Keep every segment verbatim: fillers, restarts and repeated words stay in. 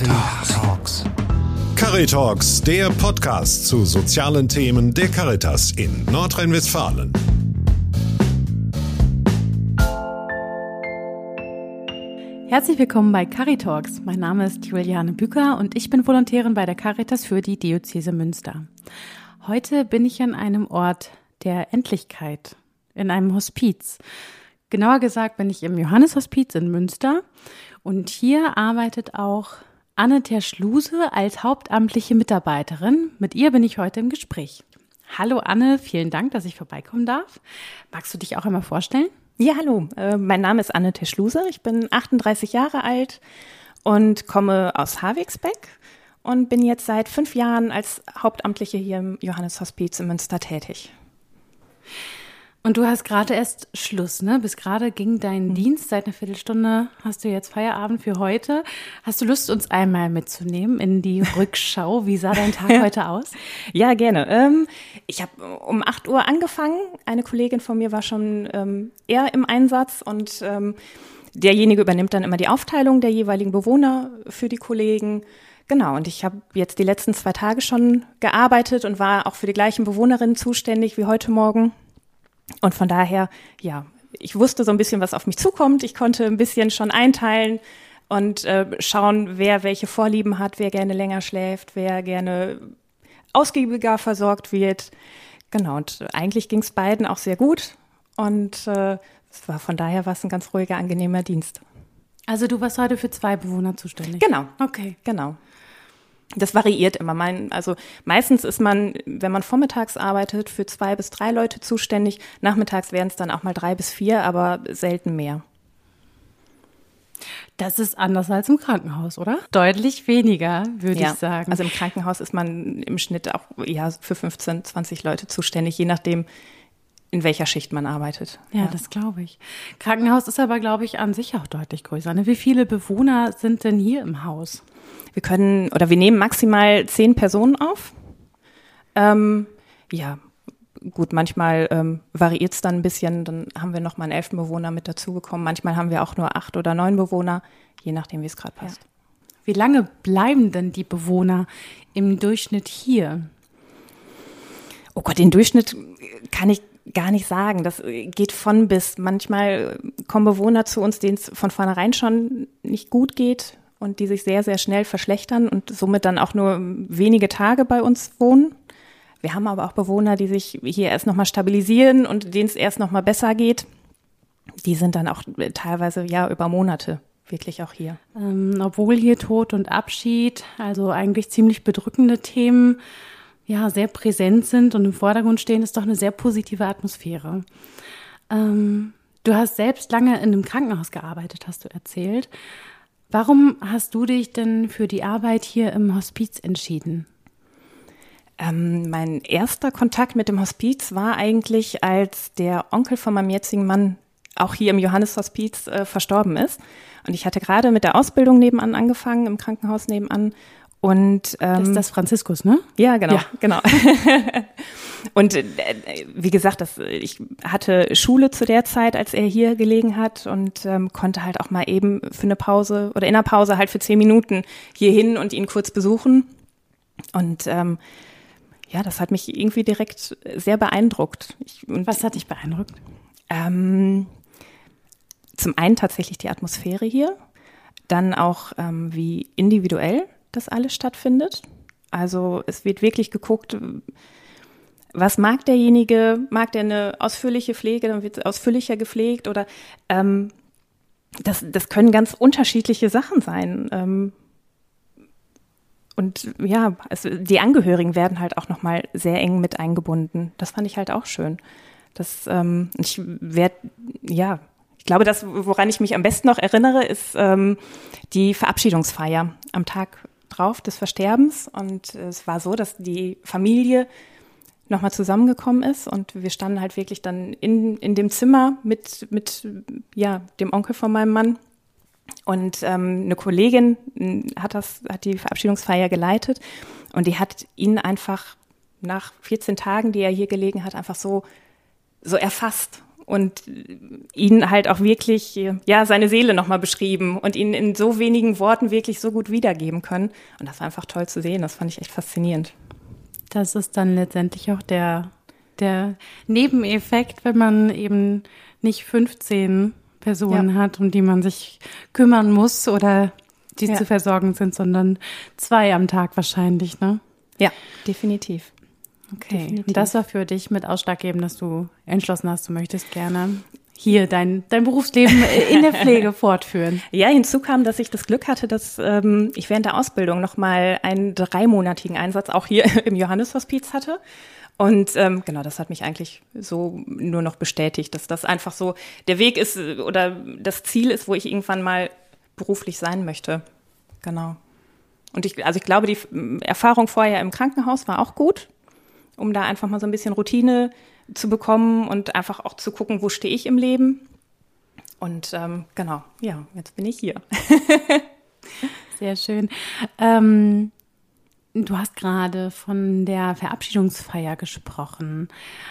Caritalks. Caritalks, der Podcast zu sozialen Themen der Caritas in Nordrhein-Westfalen. Herzlich willkommen bei Caritalks. Mein Name ist Juliane Bücker und ich bin Volontärin bei der Caritas für die Diözese Münster. Heute bin ich an einem Ort der Endlichkeit, in einem Hospiz. Genauer gesagt bin ich im Johannes-Hospiz in Münster und hier arbeitet auch Anne Terschluse als hauptamtliche Mitarbeiterin. Mit ihr bin ich heute im Gespräch. Hallo Anne, vielen Dank, dass ich vorbeikommen darf. Magst du dich auch einmal vorstellen? Ja, hallo. Äh, mein Name ist Anne Terschluse. Ich bin achtunddreißig Jahre alt und komme aus Havixbeck und bin jetzt seit fünf Jahren als Hauptamtliche hier im Johannes-Hospiz in Münster tätig. Und du hast gerade erst Schluss, ne? Bis gerade ging dein mhm. Dienst, seit einer Viertelstunde hast du jetzt Feierabend für heute. Hast du Lust, uns einmal mitzunehmen in die Rückschau? Wie sah dein Tag heute aus? Ja, gerne. Ähm, ich habe um acht Uhr angefangen. Eine Kollegin von mir war schon ähm, eher im Einsatz und ähm, derjenige übernimmt dann immer die Aufteilung der jeweiligen Bewohner für die Kollegen. Genau, und ich habe jetzt die letzten zwei Tage schon gearbeitet und war auch für die gleichen Bewohnerinnen zuständig wie heute Morgen. Und von daher, ja, ich wusste so ein bisschen, was auf mich zukommt. Ich konnte ein bisschen schon einteilen und äh, schauen, wer welche Vorlieben hat, wer gerne länger schläft, wer gerne ausgiebiger versorgt wird. Genau, und eigentlich ging es beiden auch sehr gut. Und äh, es war von daher war es ein ganz ruhiger, angenehmer Dienst. Also du warst heute für zwei Bewohner zuständig? Genau. Okay. Genau. Das variiert immer. Mein, also meistens ist man, wenn man vormittags arbeitet, für zwei bis drei Leute zuständig. Nachmittags wären es dann auch mal drei bis vier, aber selten mehr. Das ist anders als im Krankenhaus, oder? Deutlich weniger, würde ja, ich sagen. Also im Krankenhaus ist man im Schnitt auch ja, für fünfzehn, zwanzig Leute zuständig, je nachdem, in welcher Schicht man arbeitet. Ja, ja. Das glaube ich. Krankenhaus ist aber, glaube ich, an sich auch deutlich größer. Ne? Wie viele Bewohner sind denn hier im Haus? Wir können oder wir nehmen maximal zehn Personen auf. Ähm, ja, gut, manchmal ähm, variiert es dann ein bisschen. Dann haben wir noch mal einen elften Bewohner mit dazugekommen. Manchmal haben wir auch nur acht oder neun Bewohner, je nachdem, wie es gerade passt. Ja. Wie lange bleiben denn die Bewohner im Durchschnitt hier? Oh Gott, den Durchschnitt kann ich gar nicht sagen. Das geht von bis. Manchmal kommen Bewohner zu uns, denen es von vornherein schon nicht gut geht und die sich sehr, sehr schnell verschlechtern und somit dann auch nur wenige Tage bei uns wohnen. Wir haben aber auch Bewohner, die sich hier erst nochmal stabilisieren und denen es erst nochmal besser geht. Die sind dann auch teilweise ja über Monate wirklich auch hier. Ähm, obwohl hier Tod und Abschied, also eigentlich ziemlich bedrückende Themen, ja, sehr präsent sind und im Vordergrund stehen, ist doch eine sehr positive Atmosphäre. Ähm, du hast selbst lange in einem Krankenhaus gearbeitet, hast du erzählt. Warum hast du dich denn für die Arbeit hier im Hospiz entschieden? Ähm, mein erster Kontakt mit dem Hospiz war eigentlich, als der Onkel von meinem jetzigen Mann auch hier im Johannes-Hospiz äh, verstorben ist. Und ich hatte gerade mit der Ausbildung nebenan angefangen, im Krankenhaus nebenan. Und, ähm, das ist das Franziskus, ne? Ja, genau, ja. genau. Und äh, wie gesagt, das, ich hatte Schule zu der Zeit, als er hier gelegen hat und ähm, konnte halt auch mal eben für eine Pause oder in der Pause halt für zehn Minuten hier hin und ihn kurz besuchen. Und ähm, ja, das hat mich irgendwie direkt sehr beeindruckt. Ich, und, Was hat dich beeindruckt? Ähm, zum einen tatsächlich die Atmosphäre hier, dann auch ähm, wie individuell das alles stattfindet. Also es wird wirklich geguckt, was mag derjenige, mag der eine ausführliche Pflege, dann wird ausführlicher gepflegt oder ähm, das, das können ganz unterschiedliche Sachen sein. Ähm, und ja, es, die Angehörigen werden halt auch nochmal sehr eng mit eingebunden. Das fand ich halt auch schön. Das, ähm, ich werde, ja, ich glaube, das, woran ich mich am besten noch erinnere, ist ähm, die Verabschiedungsfeier am Tag drauf des Versterbens. Und es war so, dass die Familie nochmal zusammengekommen ist und wir standen halt wirklich dann in, in dem Zimmer mit, mit ja, dem Onkel von meinem Mann. Und ähm, eine Kollegin hat das, hat die Verabschiedungsfeier geleitet und die hat ihn einfach nach vierzehn Tagen, die er hier gelegen hat, einfach so, so erfasst und ihn halt auch wirklich, ja, seine Seele nochmal beschrieben und ihn in so wenigen Worten wirklich so gut wiedergeben können. Und das war einfach toll zu sehen. Das fand ich echt faszinierend. Das ist dann letztendlich auch der, der Nebeneffekt, wenn man eben nicht fünfzehn Personen ja. hat, um die man sich kümmern muss oder die ja. zu versorgen sind, sondern zwei am Tag wahrscheinlich, ne? Ja, definitiv. Okay, definitiv. Und das war für dich mit ausschlaggebend, dass du entschlossen hast, du möchtest gerne hier dein, dein Berufsleben in der Pflege fortführen. Ja, hinzu kam, dass ich das Glück hatte, dass ähm, ich während der Ausbildung nochmal einen dreimonatigen Einsatz auch hier im Johannes-Hospiz hatte. Und ähm, genau, das hat mich eigentlich so nur noch bestätigt, dass das einfach so der Weg ist oder das Ziel ist, wo ich irgendwann mal beruflich sein möchte. Genau. Und ich, also ich glaube, die Erfahrung vorher im Krankenhaus war auch gut, um da einfach mal so ein bisschen Routine zu bekommen und einfach auch zu gucken, wo stehe ich im Leben. Und ähm, genau, ja, jetzt bin ich hier. Sehr schön. Ähm, du hast gerade von der Verabschiedungsfeier gesprochen.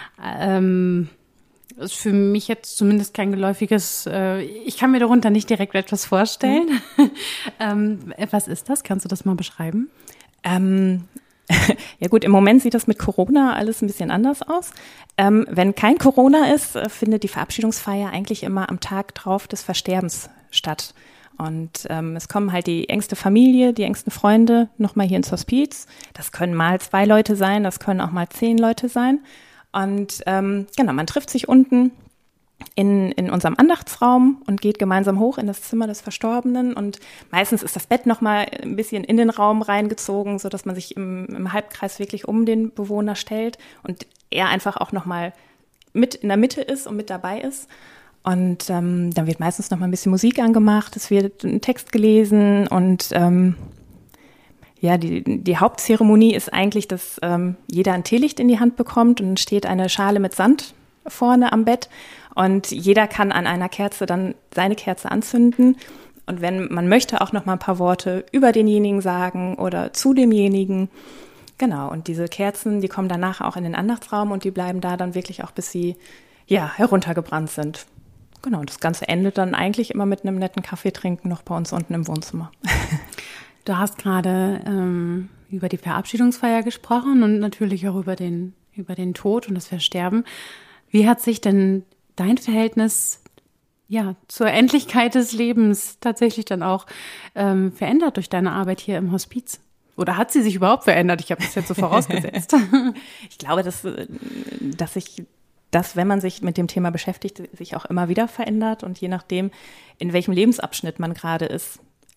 Ähm, ist für mich jetzt zumindest kein geläufiges, äh, ich kann mir darunter nicht direkt etwas vorstellen. Mhm. ähm, was ist das? Kannst du das mal beschreiben? Ähm, ja gut, im Moment sieht das mit Corona alles ein bisschen anders aus. Ähm, wenn kein Corona ist, findet die Verabschiedungsfeier eigentlich immer am Tag drauf des Versterbens statt. Und ähm, es kommen halt die engste Familie, die engsten Freunde nochmal hier ins Hospiz. Das können mal zwei Leute sein, das können auch mal zehn Leute sein. Und ähm, genau, man trifft sich unten in, in unserem Andachtsraum und geht gemeinsam hoch in das Zimmer des Verstorbenen. Und meistens ist das Bett nochmal ein bisschen in den Raum reingezogen, sodass man sich im, im Halbkreis wirklich um den Bewohner stellt und er einfach auch nochmal mit in der Mitte ist und mit dabei ist. Und ähm, dann wird meistens nochmal ein bisschen Musik angemacht, es wird ein Text gelesen und ähm, ja, die, die Hauptzeremonie ist eigentlich, dass ähm, jeder ein Teelicht in die Hand bekommt und dann steht eine Schale mit Sand vorne am Bett und jeder kann an einer Kerze dann seine Kerze anzünden und wenn man möchte, auch noch mal ein paar Worte über denjenigen sagen oder zu demjenigen. Genau, und diese Kerzen, die kommen danach auch in den Andachtsraum und die bleiben da dann wirklich auch, bis sie ja heruntergebrannt sind. Genau, und das Ganze endet dann eigentlich immer mit einem netten Kaffee trinken noch bei uns unten im Wohnzimmer. Du hast gerade ähm, über die Verabschiedungsfeier gesprochen und natürlich auch über den, über den Tod und das Versterben. Wie hat sich denn dein Verhältnis ja, zur Endlichkeit des Lebens tatsächlich dann auch ähm, verändert durch deine Arbeit hier im Hospiz? Oder hat sie sich überhaupt verändert? Ich habe das jetzt so vorausgesetzt. Ich glaube, dass, dass sich das, wenn man sich mit dem Thema beschäftigt, sich auch immer wieder verändert und je nachdem, in welchem Lebensabschnitt man gerade ist,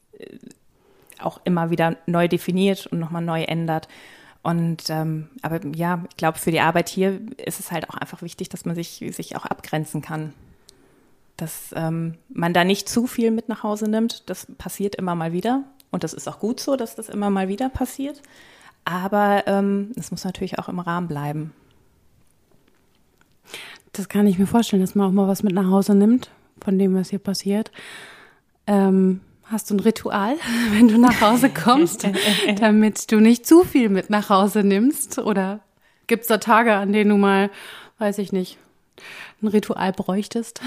auch immer wieder neu definiert und nochmal neu ändert. Und ähm, aber ja, ich glaube, für die Arbeit hier ist es halt auch einfach wichtig, dass man sich, sich auch abgrenzen kann. Dass ähm, man da nicht zu viel mit nach Hause nimmt. Das passiert immer mal wieder. Und das ist auch gut so, dass das immer mal wieder passiert. Aber ähm, es muss natürlich auch im Rahmen bleiben. Das kann ich mir vorstellen, dass man auch mal was mit nach Hause nimmt, von dem, was hier passiert. Ähm, hast du ein Ritual, wenn du nach Hause kommst, damit du nicht zu viel mit nach Hause nimmst? Oder gibt es da Tage, an denen du mal, weiß ich nicht, ein Ritual bräuchtest?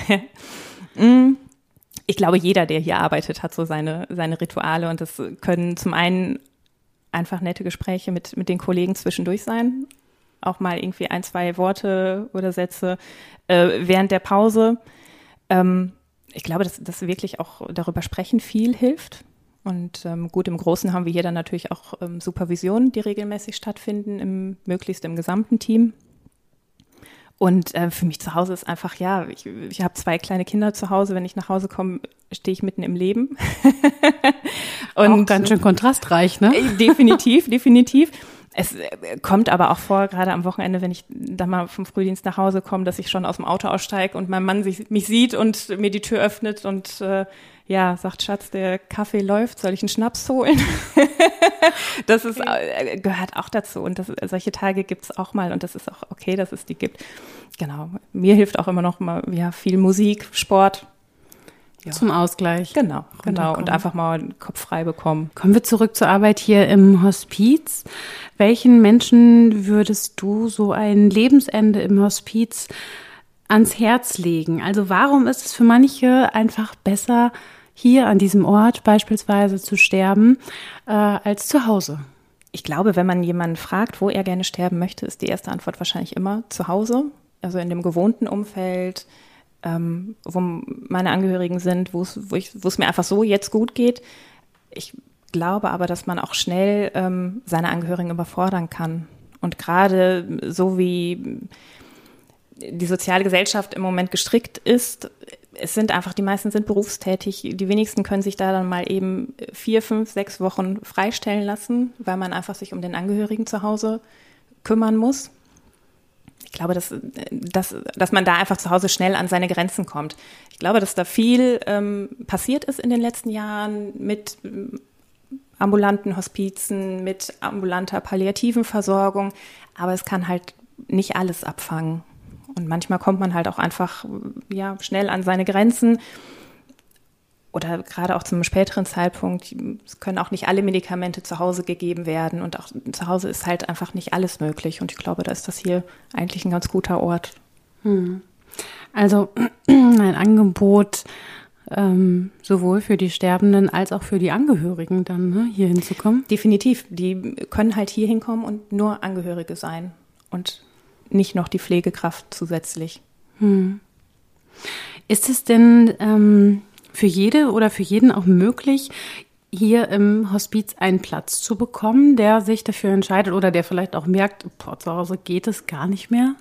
Ich glaube, jeder, der hier arbeitet, hat so seine, seine Rituale. Und das können zum einen einfach nette Gespräche mit, mit den Kollegen zwischendurch sein. Auch mal irgendwie ein, zwei Worte oder Sätze äh, während der Pause. Ähm, ich glaube, dass, dass wirklich auch darüber sprechen viel hilft. Und ähm, gut, im Großen haben wir hier dann natürlich auch ähm, Supervisionen, die regelmäßig stattfinden, im, möglichst im gesamten Team. Und äh, für mich zu Hause ist einfach, ja, ich, ich habe zwei kleine Kinder zu Hause. Wenn ich nach Hause komme, stehe ich mitten im Leben. Und auch ganz schön kontrastreich, ne? Definitiv, definitiv. Es kommt aber auch vor, gerade am Wochenende, wenn ich da mal vom Frühdienst nach Hause komme, dass ich schon aus dem Auto aussteige und mein Mann sich, mich sieht und mir die Tür öffnet und äh, ja, sagt, Schatz, der Kaffee läuft, soll ich einen Schnaps holen? Das ist, äh, gehört auch dazu und das, solche Tage gibt's auch mal und das ist auch okay, dass es die gibt. Genau, mir hilft auch immer noch mal ja, viel Musik, Sport. Ja. Zum Ausgleich. Genau, genau. Und einfach mal den Kopf frei bekommen. Kommen wir zurück zur Arbeit hier im Hospiz. Welchen Menschen würdest du so ein Lebensende im Hospiz ans Herz legen? Also warum ist es für manche einfach besser, hier an diesem Ort beispielsweise zu sterben, äh, als zu Hause? Ich glaube, wenn man jemanden fragt, wo er gerne sterben möchte, ist die erste Antwort wahrscheinlich immer zu Hause, also in dem gewohnten Umfeld, ähm, wo meine Angehörigen sind, wo es wo ich, wo es mir einfach so jetzt gut geht. Ich glaube aber, dass man auch schnell ähm, seine Angehörigen überfordern kann. Und gerade so wie die soziale Gesellschaft im Moment gestrickt ist, es sind einfach, die meisten sind berufstätig, die wenigsten können sich da dann mal eben vier, fünf, sechs Wochen freistellen lassen, weil man einfach sich um den Angehörigen zu Hause kümmern muss. Ich glaube, dass, dass, dass man da einfach zu Hause schnell an seine Grenzen kommt. Ich glaube, dass da viel ähm, passiert ist in den letzten Jahren mit ambulanten Hospizen, mit ambulanter palliativen Versorgung, aber es kann halt nicht alles abfangen. Und manchmal kommt man halt auch einfach ja, schnell an seine Grenzen oder gerade auch zum späteren Zeitpunkt. Es können auch nicht alle Medikamente zu Hause gegeben werden und auch zu Hause ist halt einfach nicht alles möglich. Und ich glaube, da ist das hier eigentlich ein ganz guter Ort. Hm. Also ein Angebot ähm, sowohl für die Sterbenden als auch für die Angehörigen dann ne, hier hinzukommen? Definitiv. Die können halt hier hinkommen und nur Angehörige sein und nicht noch die Pflegekraft zusätzlich. Hm. Ist es denn ähm, für jede oder für jeden auch möglich, hier im Hospiz einen Platz zu bekommen, der sich dafür entscheidet oder der vielleicht auch merkt, boah, zu Hause geht es gar nicht mehr?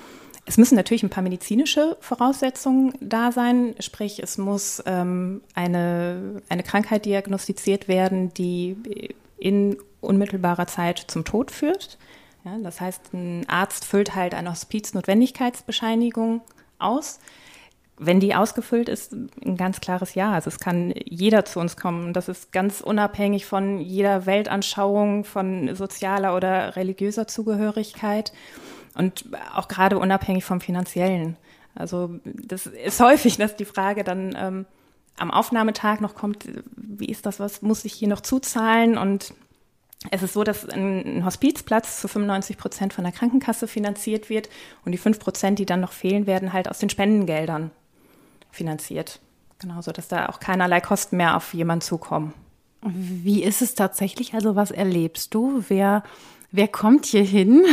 Es müssen natürlich ein paar medizinische Voraussetzungen da sein, sprich es muss ähm, eine, eine Krankheit diagnostiziert werden, die in unmittelbarer Zeit zum Tod führt. Ja, das heißt, ein Arzt füllt halt eine Hospiznotwendigkeitsbescheinigung aus. Wenn die ausgefüllt ist, ein ganz klares Ja. Also es kann jeder zu uns kommen. Das ist ganz unabhängig von jeder Weltanschauung, von sozialer oder religiöser Zugehörigkeit und auch gerade unabhängig vom Finanziellen. Also das ist häufig, dass die Frage dann ähm, am Aufnahmetag noch kommt, wie ist das, was muss ich hier noch zuzahlen? Und es ist so, dass ein Hospizplatz zu fünfundneunzig Prozent von der Krankenkasse finanziert wird und die fünf Prozent, die dann noch fehlen, werden halt aus den Spendengeldern finanziert. Genau, so dass da auch keinerlei Kosten mehr auf jemanden zukommen. Wie ist es tatsächlich? Also was erlebst du? Wer, wer kommt hier hin?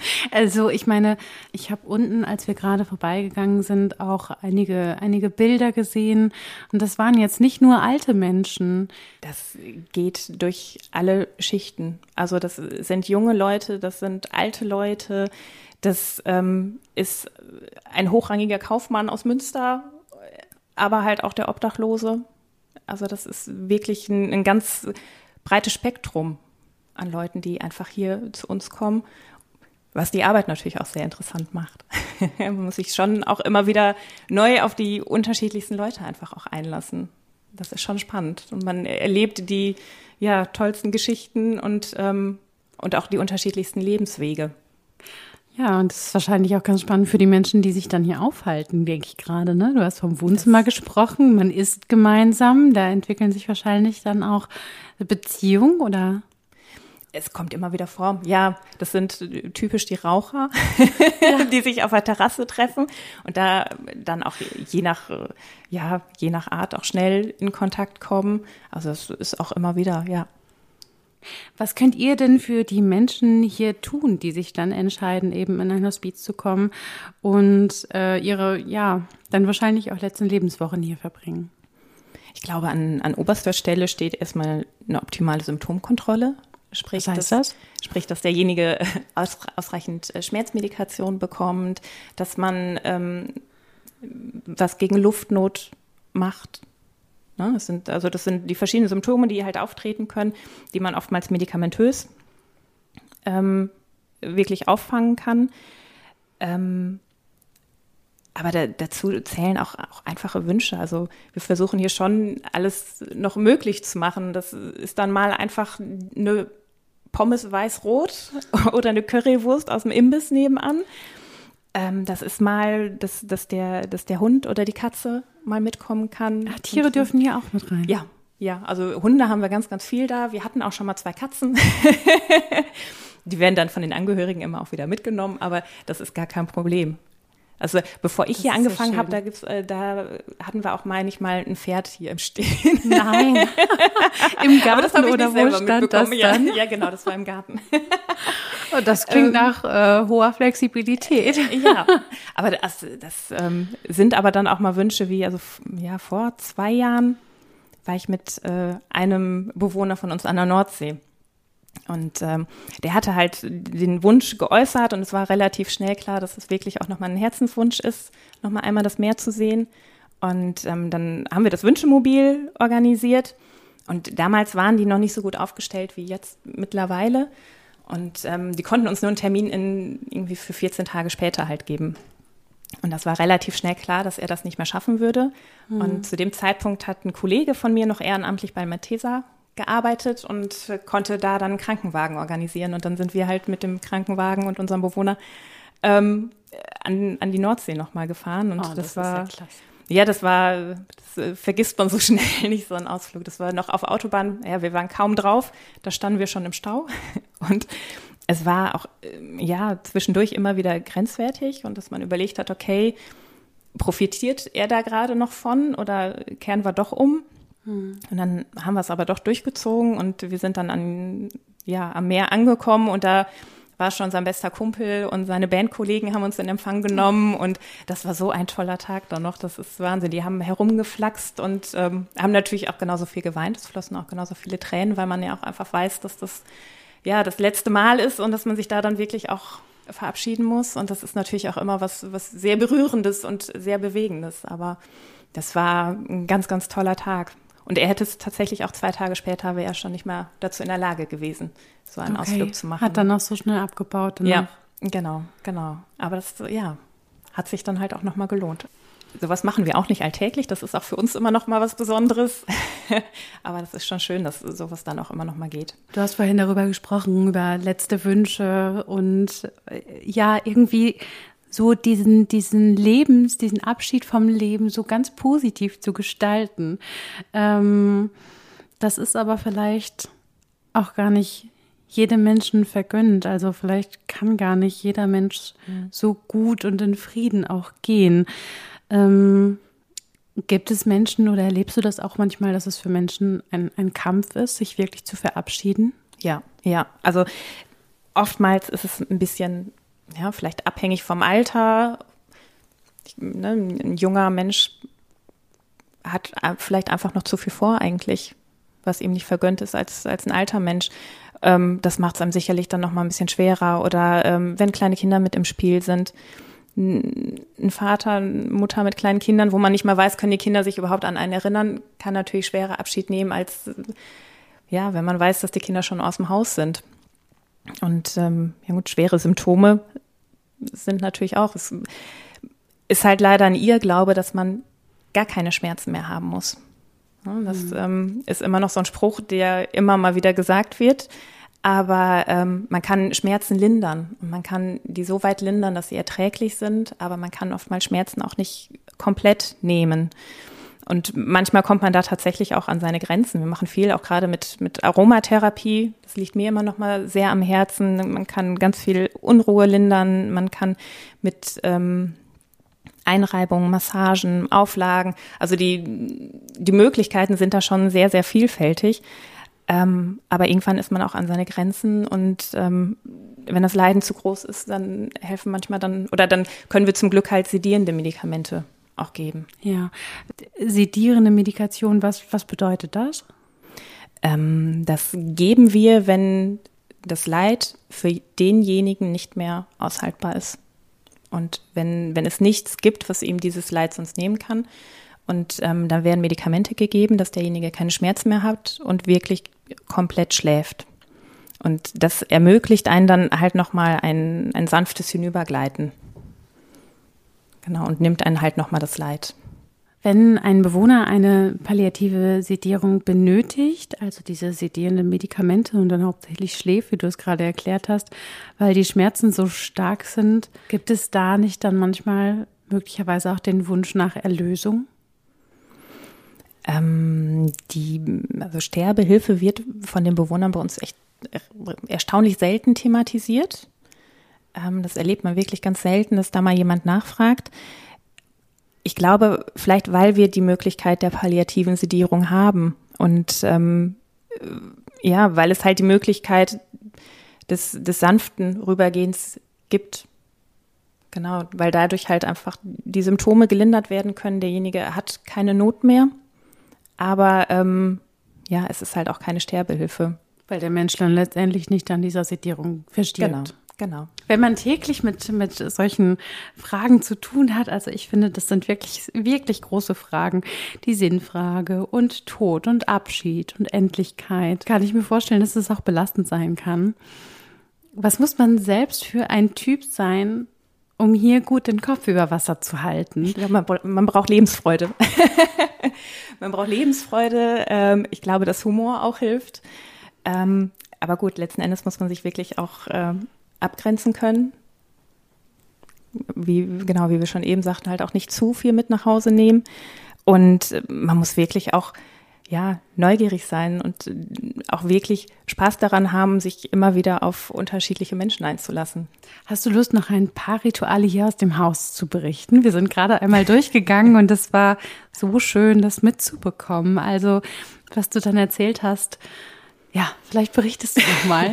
Also ich meine, ich habe unten, als wir gerade vorbeigegangen sind, auch einige, einige Bilder gesehen. Und das waren jetzt nicht nur alte Menschen. Das geht durch alle Schichten. Also das sind junge Leute, das sind alte Leute. Das ähm, ist ein hochrangiger Kaufmann aus Münster, aber halt auch der Obdachlose. Also das ist wirklich ein, ein ganz breites Spektrum an Leuten, die einfach hier zu uns kommen, was die Arbeit natürlich auch sehr interessant macht. Man muss sich schon auch immer wieder neu auf die unterschiedlichsten Leute einfach auch einlassen. Das ist schon spannend und man erlebt die ja, tollsten Geschichten und, ähm, und auch die unterschiedlichsten Lebenswege. Ja, und das ist wahrscheinlich auch ganz spannend für die Menschen, die sich dann hier aufhalten, denke ich gerade. Ne? Du hast vom Wohnzimmer das gesprochen, man isst gemeinsam, da entwickeln sich wahrscheinlich dann auch Beziehungen, oder? Es kommt immer wieder vor. Ja, das sind typisch die Raucher, ja. die sich auf der Terrasse treffen und da dann auch je nach, ja, je nach Art auch schnell in Kontakt kommen. Also das ist auch immer wieder, ja. Was könnt ihr denn für die Menschen hier tun, die sich dann entscheiden, eben in ein Hospiz zu kommen und äh, ihre, ja, dann wahrscheinlich auch letzten Lebenswochen hier verbringen? Ich glaube, an, an oberster Stelle steht erstmal eine optimale Symptomkontrolle. Sprich, Was heißt dass, das? Sprich, dass derjenige aus, ausreichend Schmerzmedikation bekommt, dass man ähm, was gegen Luftnot macht. Ne, das sind, also das sind die verschiedenen Symptome, die halt auftreten können, die man oftmals medikamentös ähm, wirklich auffangen kann. Ähm, aber da, dazu zählen auch, auch einfache Wünsche. Also wir versuchen hier schon alles noch möglich zu machen. Das ist dann mal einfach eine Pommes weiß-rot oder eine Currywurst aus dem Imbiss nebenan. Ähm, das ist mal, dass, dass, der, dass der Hund oder die Katze mal mitkommen kann. Ach, Tiere dürfen hier auch mit rein? Ja, ja. Also Hunde haben wir ganz, ganz viel da. Wir hatten auch schon mal zwei Katzen. Die werden dann von den Angehörigen immer auch wieder mitgenommen, aber das ist gar kein Problem. Also bevor ich Das hier ist angefangen so habe, da schön. gibt's, äh, da hatten wir auch, meine ich mal, ein Pferd hier im Stehen. Nein, im Aber das Garten habe ich oder nicht wo selber stand das mitbekommen. dann? Ja, ja, genau, das war im Garten. Oh, das klingt Ähm, nach äh, hoher Flexibilität. Ja, aber das, das ähm, sind aber dann auch mal Wünsche wie, also f- ja, vor zwei Jahren war ich mit äh, einem Bewohner von uns an der Nordsee. Und ähm, der hatte halt den Wunsch geäußert und es war relativ schnell klar, dass es wirklich auch nochmal ein Herzenswunsch ist, nochmal einmal das Meer zu sehen. Und ähm, dann haben wir das Wünschemobil organisiert. Und damals waren die noch nicht so gut aufgestellt wie jetzt mittlerweile. Und ähm, die konnten uns nur einen Termin in, irgendwie für vierzehn Tage später halt geben. Und das war relativ schnell klar, dass er das nicht mehr schaffen würde. Mhm. Und zu dem Zeitpunkt hat ein Kollege von mir noch ehrenamtlich bei Malteser gearbeitet und konnte da dann einen Krankenwagen organisieren. Und dann sind wir halt mit dem Krankenwagen und unserem Bewohner ähm, an, an die Nordsee nochmal gefahren. Und Oh, das, das war, ist ja klasse. ja, das war, das äh, vergisst man so schnell nicht, so ein Ausflug. Das war noch auf Autobahn, ja, wir waren kaum drauf, da standen wir schon im Stau. Und es war auch, äh, ja, zwischendurch immer wieder grenzwertig und dass man überlegt hat, okay, profitiert er da gerade noch von oder kehren wir doch um? Und dann haben wir es aber doch durchgezogen und wir sind dann an, ja, am Meer angekommen und da war schon sein bester Kumpel und seine Bandkollegen haben uns in Empfang genommen und das war so ein toller Tag dann noch, das ist Wahnsinn. Die haben herumgeflaxt und ähm, haben natürlich auch genauso viel geweint, es flossen auch genauso viele Tränen, weil man ja auch einfach weiß, dass das ja das letzte Mal ist und dass man sich da dann wirklich auch verabschieden muss und das ist natürlich auch immer was, was sehr Berührendes und sehr Bewegendes, aber das war ein ganz, ganz toller Tag. Und er hätte es tatsächlich auch zwei Tage später, wäre er schon nicht mehr dazu in der Lage gewesen, so einen Okay. Ausflug zu machen. Hat dann auch so schnell abgebaut. danach. Ja, genau, genau. Aber das, ja, hat sich dann halt auch nochmal gelohnt. Sowas machen wir auch nicht alltäglich. Das ist auch für uns immer noch mal was Besonderes. Aber das ist schon schön, dass sowas dann auch immer noch mal geht. Du hast vorhin darüber gesprochen, über letzte Wünsche und äh, ja, irgendwie so diesen, diesen Lebens, diesen Abschied vom Leben so ganz positiv zu gestalten. Ähm, das ist aber vielleicht auch gar nicht jedem Menschen vergönnt. Also vielleicht kann gar nicht jeder Mensch mhm. so gut und in Frieden auch gehen. Ähm, gibt es Menschen oder erlebst du das auch manchmal, dass es für Menschen ein, ein Kampf ist, sich wirklich zu verabschieden? Ja, ja. Also oftmals ist es ein bisschen, ja, vielleicht abhängig vom Alter. Ich, ne, ein junger Mensch hat vielleicht einfach noch zu viel vor eigentlich, was ihm nicht vergönnt ist als, als ein alter Mensch. Ähm, das macht es einem sicherlich dann noch mal ein bisschen schwerer. Oder ähm, wenn kleine Kinder mit im Spiel sind. Ein Vater, eine Mutter mit kleinen Kindern, wo man nicht mal weiß, können die Kinder sich überhaupt an einen erinnern, kann natürlich schwerer Abschied nehmen, als ja, wenn man weiß, dass die Kinder schon aus dem Haus sind. Und ähm, ja gut, schwere Symptome sind natürlich auch, es ist halt leider ein Irrglaube, dass man gar keine Schmerzen mehr haben muss. Ja, das mhm. ähm, ist immer noch so ein Spruch, der immer mal wieder gesagt wird. Aber ähm, man kann Schmerzen lindern und man kann die so weit lindern, dass sie erträglich sind, aber man kann oftmals Schmerzen auch nicht komplett nehmen. Und manchmal kommt man da tatsächlich auch an seine Grenzen. Wir machen viel auch gerade mit, mit Aromatherapie. Das liegt mir immer noch mal sehr am Herzen. Man kann ganz viel Unruhe lindern. Man kann mit ähm, Einreibungen, Massagen, Auflagen. Also die, die Möglichkeiten sind da schon sehr, sehr vielfältig. Ähm, aber irgendwann ist man auch an seine Grenzen und ähm, wenn das Leiden zu groß ist, dann helfen manchmal dann, oder dann können wir zum Glück halt sedierende Medikamente auch geben. Ja, sedierende Medikation, was, was bedeutet das? Ähm, das geben wir, wenn das Leid für denjenigen nicht mehr aushaltbar ist. Und wenn, wenn es nichts gibt, was ihm dieses Leid sonst nehmen kann. Und ähm, dann werden Medikamente gegeben, dass derjenige keine Schmerzen mehr hat und wirklich komplett schläft. Und das ermöglicht einen dann halt nochmal ein, ein sanftes Hinübergleiten. Genau, und nimmt einen halt nochmal das Leid. Wenn ein Bewohner eine palliative Sedierung benötigt, also diese sedierenden Medikamente und dann hauptsächlich schläft, wie du es gerade erklärt hast, weil die Schmerzen so stark sind, gibt es da nicht dann manchmal möglicherweise auch den Wunsch nach Erlösung? Ähm, die also Sterbehilfe wird von den Bewohnern bei uns echt erstaunlich selten thematisiert. Ähm, das erlebt man wirklich ganz selten, dass da mal jemand nachfragt. Ich glaube, vielleicht weil wir die Möglichkeit der palliativen Sedierung haben und ähm, ja, weil es halt die Möglichkeit des, des sanften Rübergehens gibt. Genau, weil dadurch halt einfach die Symptome gelindert werden können. Derjenige hat keine Not mehr, aber ähm, ja, es ist halt auch keine Sterbehilfe. Weil der Mensch dann letztendlich nicht an dieser Sedierung verstirbt. Genau, genau. Wenn man täglich mit, mit solchen Fragen zu tun hat, also ich finde, das sind wirklich, wirklich große Fragen. Die Sinnfrage und Tod und Abschied und Endlichkeit. Kann ich mir vorstellen, dass es auch belastend sein kann. Was muss man selbst für ein Typ sein, um hier gut den Kopf über Wasser zu halten? Ich glaube, man, man braucht Lebensfreude. Man braucht Lebensfreude. Ähm, ich glaube, dass Humor auch hilft. Ähm, aber gut, letzten Endes muss man sich wirklich auch ähm, abgrenzen können. Wie, genau, wie wir schon eben sagten, halt auch nicht zu viel mit nach Hause nehmen. Und man muss wirklich auch ja, neugierig sein und auch wirklich Spaß daran haben, sich immer wieder auf unterschiedliche Menschen einzulassen. Hast du Lust, noch ein paar Rituale hier aus dem Haus zu berichten? Wir sind gerade einmal durchgegangen und es war so schön, das mitzubekommen. Also, was du dann erzählt hast, ja, vielleicht berichtest du noch mal.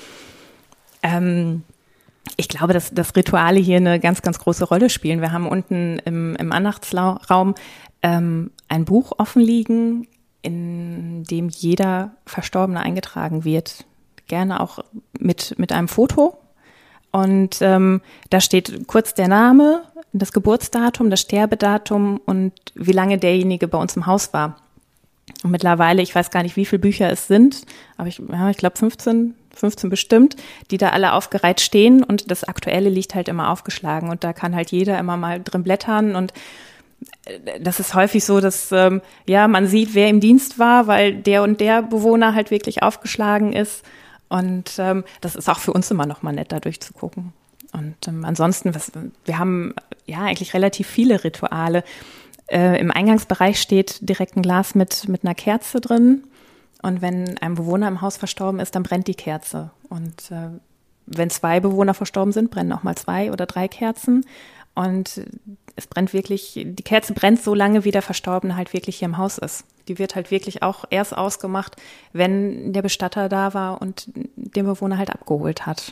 ähm, ich glaube, dass, dass Rituale hier eine ganz, ganz große Rolle spielen. Wir haben unten im, im Andachtsraum ähm, ein Buch offen liegen, in dem jeder Verstorbene eingetragen wird. Gerne auch mit, mit einem Foto. Und ähm, da steht kurz der Name, das Geburtsdatum, das Sterbedatum und wie lange derjenige bei uns im Haus war. Und mittlerweile, ich weiß gar nicht, wie viele Bücher es sind, aber ich, ja, ich glaube fünfzehn, fünfzehn bestimmt, die da alle aufgereiht stehen und das Aktuelle liegt halt immer aufgeschlagen und da kann halt jeder immer mal drin blättern und das ist häufig so, dass ähm, ja man sieht, wer im Dienst war, weil der und der Bewohner halt wirklich aufgeschlagen ist und ähm, das ist auch für uns immer noch mal nett, da durchzugucken. Und ähm, ansonsten, was, wir haben ja eigentlich relativ viele Rituale. Äh, im Eingangsbereich steht direkt ein Glas mit mit einer Kerze drin und wenn ein Bewohner im Haus verstorben ist, dann brennt die Kerze und äh, wenn zwei Bewohner verstorben sind, brennen auch mal zwei oder drei Kerzen. Und es brennt wirklich, die Kerze brennt so lange, wie der Verstorbene halt wirklich hier im Haus ist. Die wird halt wirklich auch erst ausgemacht, wenn der Bestatter da war und den Bewohner halt abgeholt hat.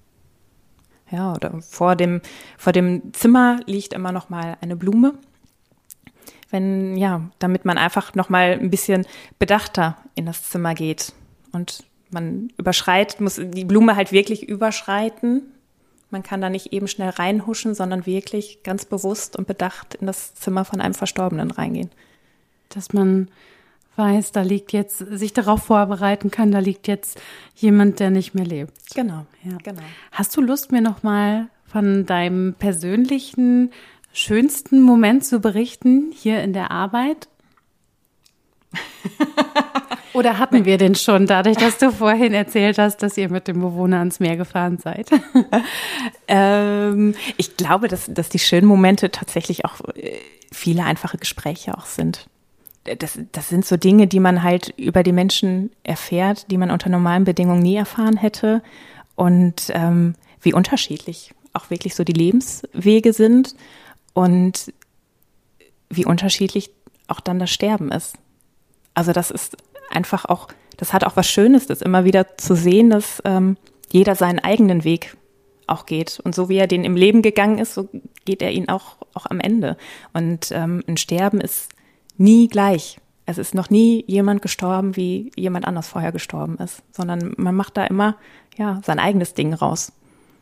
Ja, oder vor dem, vor dem Zimmer liegt immer noch mal eine Blume. Wenn, ja, damit man einfach noch mal ein bisschen bedachter in das Zimmer geht. Und man überschreitet, muss die Blume halt wirklich überschreiten. Man kann da nicht eben schnell reinhuschen, sondern wirklich ganz bewusst und bedacht in das Zimmer von einem Verstorbenen reingehen. Dass man weiß, da liegt jetzt, sich darauf vorbereiten kann, da liegt jetzt jemand, der nicht mehr lebt. Genau, ja. Genau. Hast du Lust, mir noch mal von deinem persönlichen, schönsten Moment zu berichten hier in der Arbeit? Oder hatten wir den schon, dadurch, dass du vorhin erzählt hast, dass ihr mit dem Bewohner ans Meer gefahren seid? ähm, ich glaube, dass, dass die schönen Momente tatsächlich auch viele einfache Gespräche auch sind. Das, das sind so Dinge, die man halt über die Menschen erfährt, die man unter normalen Bedingungen nie erfahren hätte. Und ähm, wie unterschiedlich auch wirklich so die Lebenswege sind und wie unterschiedlich auch dann das Sterben ist. Also das ist einfach auch, das hat auch was Schönes, das immer wieder zu sehen, dass ähm, jeder seinen eigenen Weg auch geht. Und so wie er den im Leben gegangen ist, so geht er ihn auch, auch am Ende. Und ähm, ein Sterben ist nie gleich. Es ist noch nie jemand gestorben, wie jemand anders vorher gestorben ist, sondern man macht da immer ja sein eigenes Ding raus.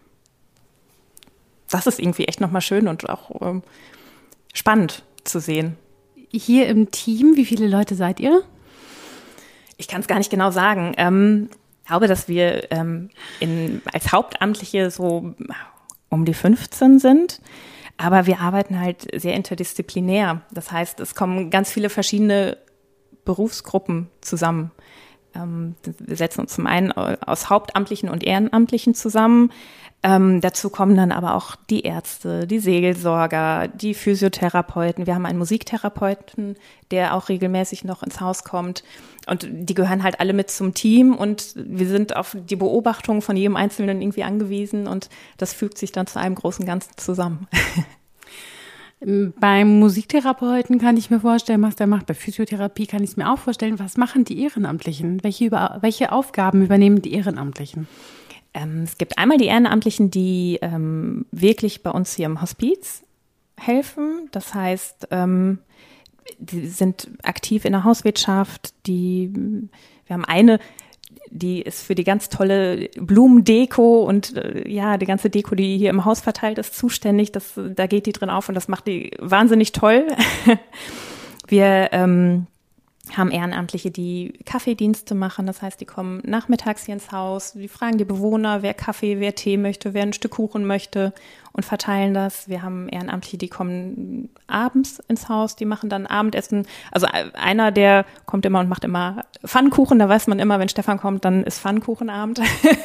Das ist irgendwie echt nochmal schön und auch ähm, spannend zu sehen. Hier im Team, wie viele Leute seid ihr? Ich kann es gar nicht genau sagen. Ähm, ich glaube, dass wir ähm, in, als Hauptamtliche so um die fünfzehn sind. Aber wir arbeiten halt sehr interdisziplinär. Das heißt, es kommen ganz viele verschiedene Berufsgruppen zusammen. Ähm, wir setzen uns zum einen aus Hauptamtlichen und Ehrenamtlichen zusammen. Ähm, dazu kommen dann aber auch die Ärzte, die Seelsorger, die Physiotherapeuten. Wir haben einen Musiktherapeuten, der auch regelmäßig noch ins Haus kommt. Und die gehören halt alle mit zum Team und wir sind auf die Beobachtung von jedem Einzelnen irgendwie angewiesen und das fügt sich dann zu einem großen Ganzen zusammen. Beim Musiktherapeuten kann ich mir vorstellen, was der macht. Bei Physiotherapie kann ich es mir auch vorstellen. Was machen die Ehrenamtlichen? Welche, über, welche Aufgaben übernehmen die Ehrenamtlichen? Ähm, es gibt einmal die Ehrenamtlichen, die ähm, wirklich bei uns hier im Hospiz helfen. Das heißt, ähm, die sind aktiv in der Hauswirtschaft. Die, wir haben eine, die ist für die ganz tolle Blumendeko und äh, ja, die ganze Deko, die hier im Haus verteilt ist, zuständig. Das, da geht die drin auf und das macht die wahnsinnig toll. Wir ähm, haben Ehrenamtliche, die Kaffeedienste machen. Das heißt, die kommen nachmittags hier ins Haus, die fragen die Bewohner, wer Kaffee, wer Tee möchte, wer ein Stück Kuchen möchte und verteilen das. Wir haben Ehrenamtliche, die kommen abends ins Haus, die machen dann Abendessen. Also einer, der kommt immer und macht immer Pfannkuchen. Da weiß man immer, wenn Stefan kommt, dann ist Pfannkuchenabend.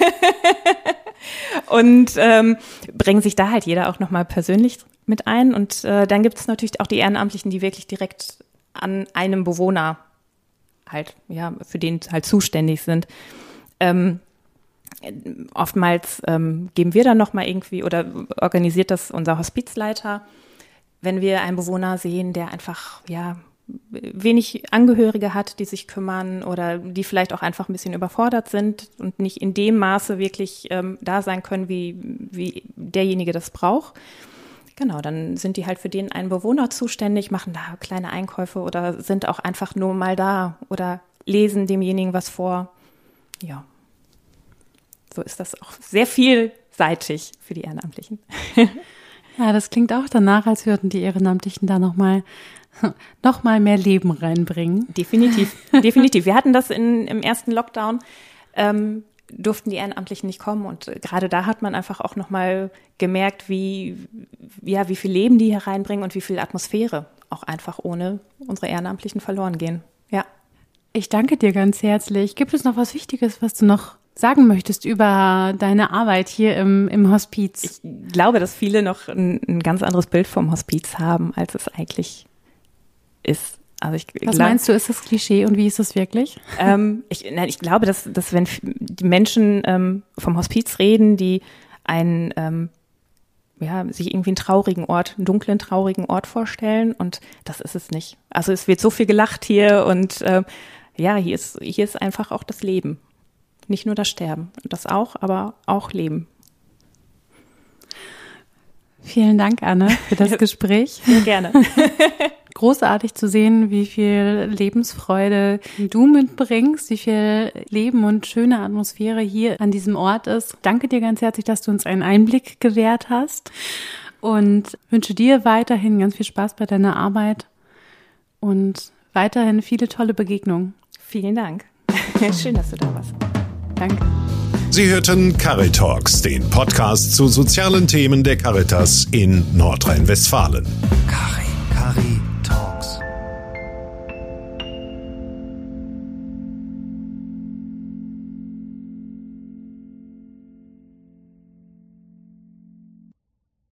Und ähm, bringen sich da halt jeder auch nochmal persönlich mit ein. Und äh, dann gibt es natürlich auch die Ehrenamtlichen, die wirklich direkt an einem Bewohner halt, ja, für den halt zuständig sind. Ähm, oftmals ähm, geben wir dann nochmal irgendwie oder organisiert das unser Hospizleiter, wenn wir einen Bewohner sehen, der einfach, ja, wenig Angehörige hat, die sich kümmern oder die vielleicht auch einfach ein bisschen überfordert sind und nicht in dem Maße wirklich ähm, da sein können, wie, wie derjenige das braucht. Genau, dann sind die halt für den einen Bewohner zuständig, machen da kleine Einkäufe oder sind auch einfach nur mal da oder lesen demjenigen was vor. Ja, so ist das auch sehr vielseitig für die Ehrenamtlichen. Ja, das klingt auch danach, als würden die Ehrenamtlichen da nochmal noch mal mehr Leben reinbringen. Definitiv, definitiv. Wir hatten das in, im ersten Lockdown, ähm, durften die Ehrenamtlichen nicht kommen und gerade da hat man einfach auch nochmal gemerkt, wie, ja, wie viel Leben die hier reinbringen und wie viel Atmosphäre auch einfach ohne unsere Ehrenamtlichen verloren gehen. Ja. Ich danke dir ganz herzlich. Gibt es noch was Wichtiges, was du noch sagen möchtest über deine Arbeit hier im, im Hospiz? Ich glaube, dass viele noch ein, ein ganz anderes Bild vom Hospiz haben, als es eigentlich ist. Also ich Was glaub, meinst du, ist das Klischee und wie ist das wirklich? Ähm, ich, nein, ich glaube, dass, dass wenn die Menschen ähm, vom Hospiz reden, die einen, ähm, ja, sich irgendwie einen traurigen Ort, einen dunklen, traurigen Ort vorstellen und das ist es nicht. Also es wird so viel gelacht hier und äh, ja, hier ist, hier ist einfach auch das Leben. Nicht nur das Sterben. Das auch, aber auch Leben. Vielen Dank, Anne, für das Gespräch. Sehr gerne. Großartig zu sehen, wie viel Lebensfreude du mitbringst, wie viel Leben und schöne Atmosphäre hier an diesem Ort ist. Danke dir ganz herzlich, dass du uns einen Einblick gewährt hast und wünsche dir weiterhin ganz viel Spaß bei deiner Arbeit und weiterhin viele tolle Begegnungen. Vielen Dank. Schön, dass du da warst. Danke. Sie hörten Caritalks, den Podcast zu sozialen Themen der Caritas in Nordrhein-Westfalen. Caritas.